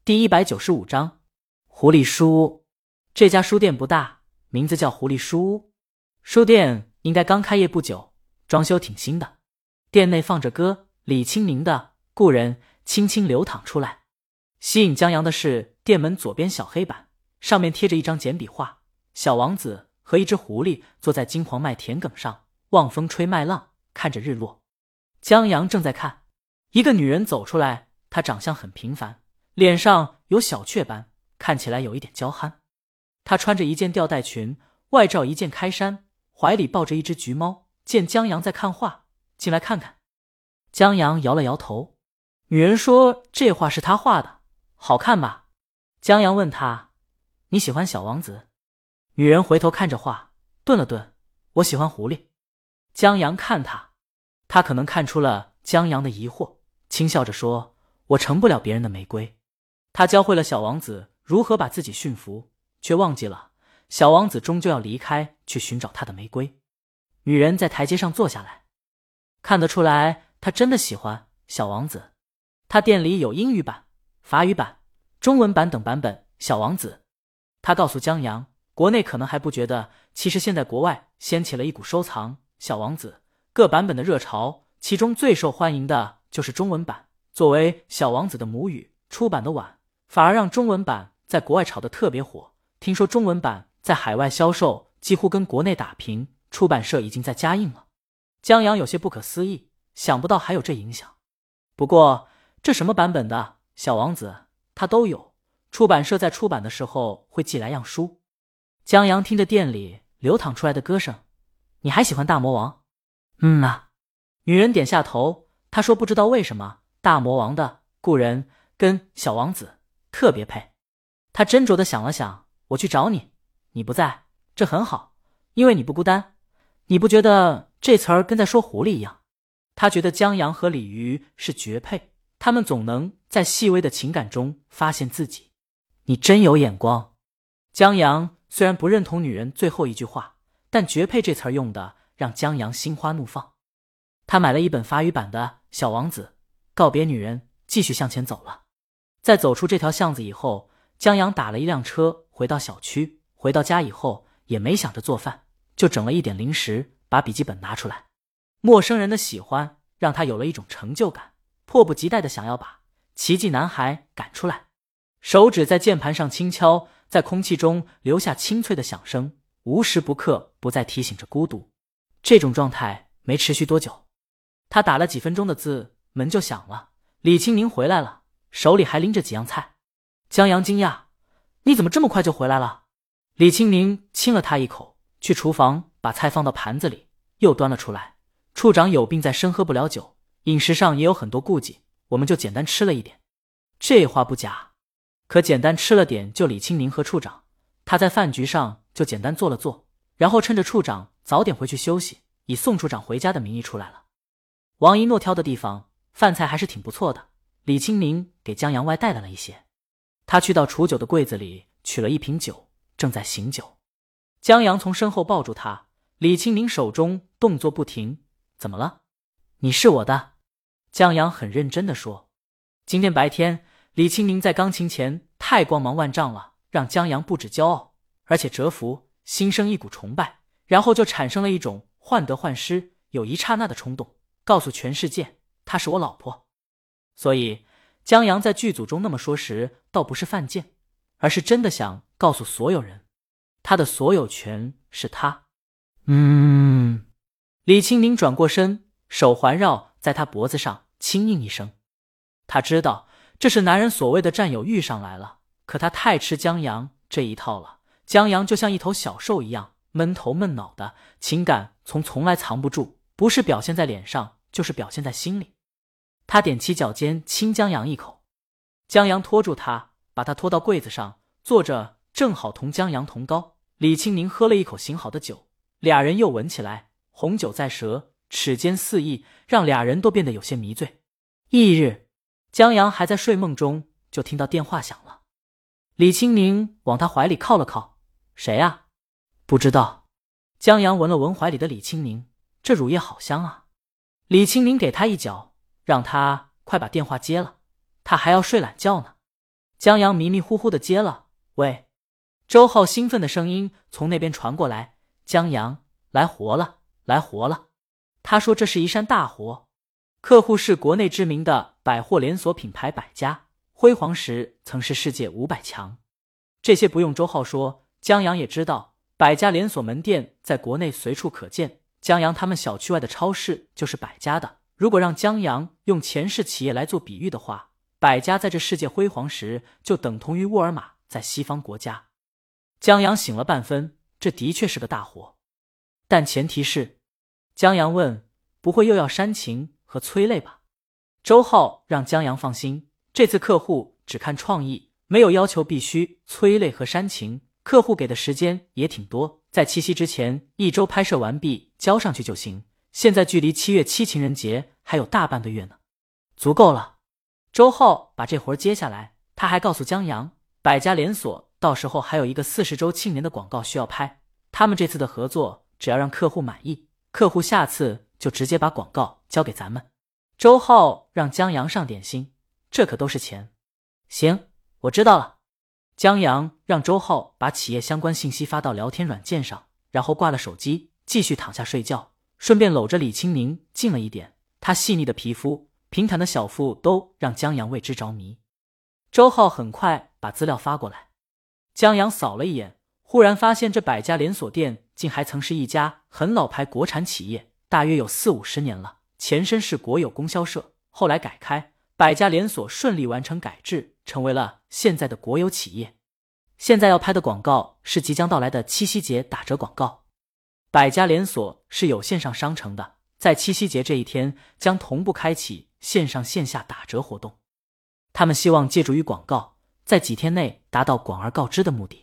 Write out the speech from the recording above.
第195章狐狸书屋。这家书店不大，名字叫狐狸书屋。书店应该刚开业不久，装修挺新的。店内放着歌李清宁的《故人》轻轻流淌出来。吸引江阳的是店门左边小黑板，上面贴着一张简笔画，小王子和一只狐狸坐在金黄麦田埂上，望风吹麦浪，看着日落。江阳正在看，一个女人走出来，她长相很平凡，脸上有小雀斑，看起来有一点娇憨。她穿着一件吊带裙，外罩一件开衫，怀里抱着一只橘猫，见江阳在看画，进来看看。江阳摇了摇头。女人说这画是她画的，好看吧？江阳问她，你喜欢小王子？女人回头看着画，顿了顿，我喜欢狐狸。江阳看她，她可能看出了江阳的疑惑，轻笑着说，我成不了别人的玫瑰。他教会了小王子如何把自己驯服，却忘记了小王子终究要离开去寻找他的玫瑰。女人在台阶上坐下来，看得出来她真的喜欢小王子。他店里有英语版、法语版、中文版等版本小王子。他告诉江阳，国内可能还不觉得，其实现在国外掀起了一股收藏小王子各版本的热潮，其中最受欢迎的就是中文版。作为小王子的母语，出版的晚，反而让中文版在国外炒得特别火。听说中文版在海外销售几乎跟国内打平，出版社已经在加印了。江阳有些不可思议，想不到还有这影响。不过这什么版本的小王子他都有，出版社在出版的时候会寄来样书。江阳听着店里流淌出来的歌声，你还喜欢大魔王？啊。女人点下头，她说不知道为什么大魔王的故人跟小王子特别配。她斟酌地想了想，我去找你，你不在，这很好，因为你不孤单。你不觉得这词儿跟在说狐狸一样？她觉得江阳和鲤鱼是绝配，他们总能在细微的情感中发现自己。你真有眼光。江阳虽然不认同女人最后一句话，但绝配这词儿用的让江阳心花怒放。他买了一本法语版的小王子，告别女人，继续向前走了。在走出这条巷子以后，江阳打了一辆车回到小区。回到家以后也没想着做饭，就整了一点零食，把笔记本拿出来。陌生人的喜欢让他有了一种成就感，迫不及待地想要把奇迹男孩赶出来。手指在键盘上轻敲，在空气中留下清脆的响声，无时不刻不再提醒着孤独。这种状态没持续多久，他打了几分钟的字，门就响了。李清宁回来了，手里还拎着几样菜。江阳惊讶，你怎么这么快就回来了？李清宁亲了他一口，去厨房把菜放到盘子里，又端了出来。处长有病在身，喝不了酒，饮食上也有很多顾忌，我们就简单吃了一点。这话不假，可简单吃了点就李清宁和处长，他在饭局上就简单坐了坐，然后趁着处长早点回去休息，以送处长回家的名义出来了。王一诺挑的地方饭菜还是挺不错的，李清宁给江阳外带来了一些。他去到储酒的柜子里取了一瓶酒，正在醒酒。江阳从身后抱住他，李清宁手中动作不停，怎么了？你是我的。江阳很认真地说。今天白天李清宁在钢琴前太光芒万丈了，让江阳不止骄傲，而且折服，心生一股崇拜，然后就产生了一种患得患失，有一刹那的冲动，告诉全世界她是我老婆。所以江阳在剧组中那么说时，倒不是犯贱，而是真的想告诉所有人，他的所有权是他。李清宁转过身，手环绕在他脖子上，轻应一声。他知道这是男人所谓的占有欲上来了，可他太吃江阳这一套了。江阳就像一头小兽一样，闷头闷脑的，情感从来藏不住，不是表现在脸上，就是表现在心里。他踮起脚尖亲江阳一口，江阳拖住他，把他拖到柜子上，坐着正好同江阳同高。李清宁喝了一口醒好的酒，俩人又吻起来，红酒在舌，齿间肆意，让俩人都变得有些迷醉。翌日，江阳还在睡梦中，就听到电话响了。李清宁往他怀里靠了靠，谁啊？不知道。江阳闻了闻怀里的李清宁，这乳液好香啊。李清宁给他一脚，让他快把电话接了，他还要睡懒觉呢。 江阳迷迷糊糊的接了，喂。周浩兴奋的声音从那边传过来，江阳，来活了，来活了。他说这是一扇大活，客户是国内知名的百货连锁品牌百家，辉煌时曾是世界500强。这些不用周浩说，江阳也知道，百家连锁门店在国内随处可见，江阳他们小区外的超市就是百家的。如果让江阳用前世企业来做比喻的话，百家在这世界辉煌时就等同于沃尔玛在西方国家。江阳醒了半分，这的确是个大活，但前提是，江阳问，不会又要煽情和催泪吧？周浩让江阳放心，这次客户只看创意，没有要求必须催泪和煽情，客户给的时间也挺多，在七夕之前1周拍摄完毕交上去就行，现在距离7月7情人节还有大半个月呢，足够了。周浩把这活接下来，他还告诉江阳，百家连锁到时候还有一个40周庆年的广告需要拍，他们这次的合作只要让客户满意，客户下次就直接把广告交给咱们。周浩让江阳上点心，这可都是钱。行，我知道了。江阳让周浩把企业相关信息发到聊天软件上，然后挂了手机，继续躺下睡觉，顺便搂着李清明近了一点，他细腻的皮肤，平坦的小腹都让江阳为之着迷。周浩很快把资料发过来，江阳扫了一眼，忽然发现这百家连锁店竟还曾是一家很老牌国产企业，大约有40-50年了，前身是国有供销社，后来改开，百家连锁顺利完成改制，成为了现在的国有企业。现在要拍的广告是即将到来的七夕节打折广告。百家连锁是有线上商城的，在七夕节这一天将同步开启线上线下打折活动。他们希望借助于广告，在几天内达到广而告之的目的。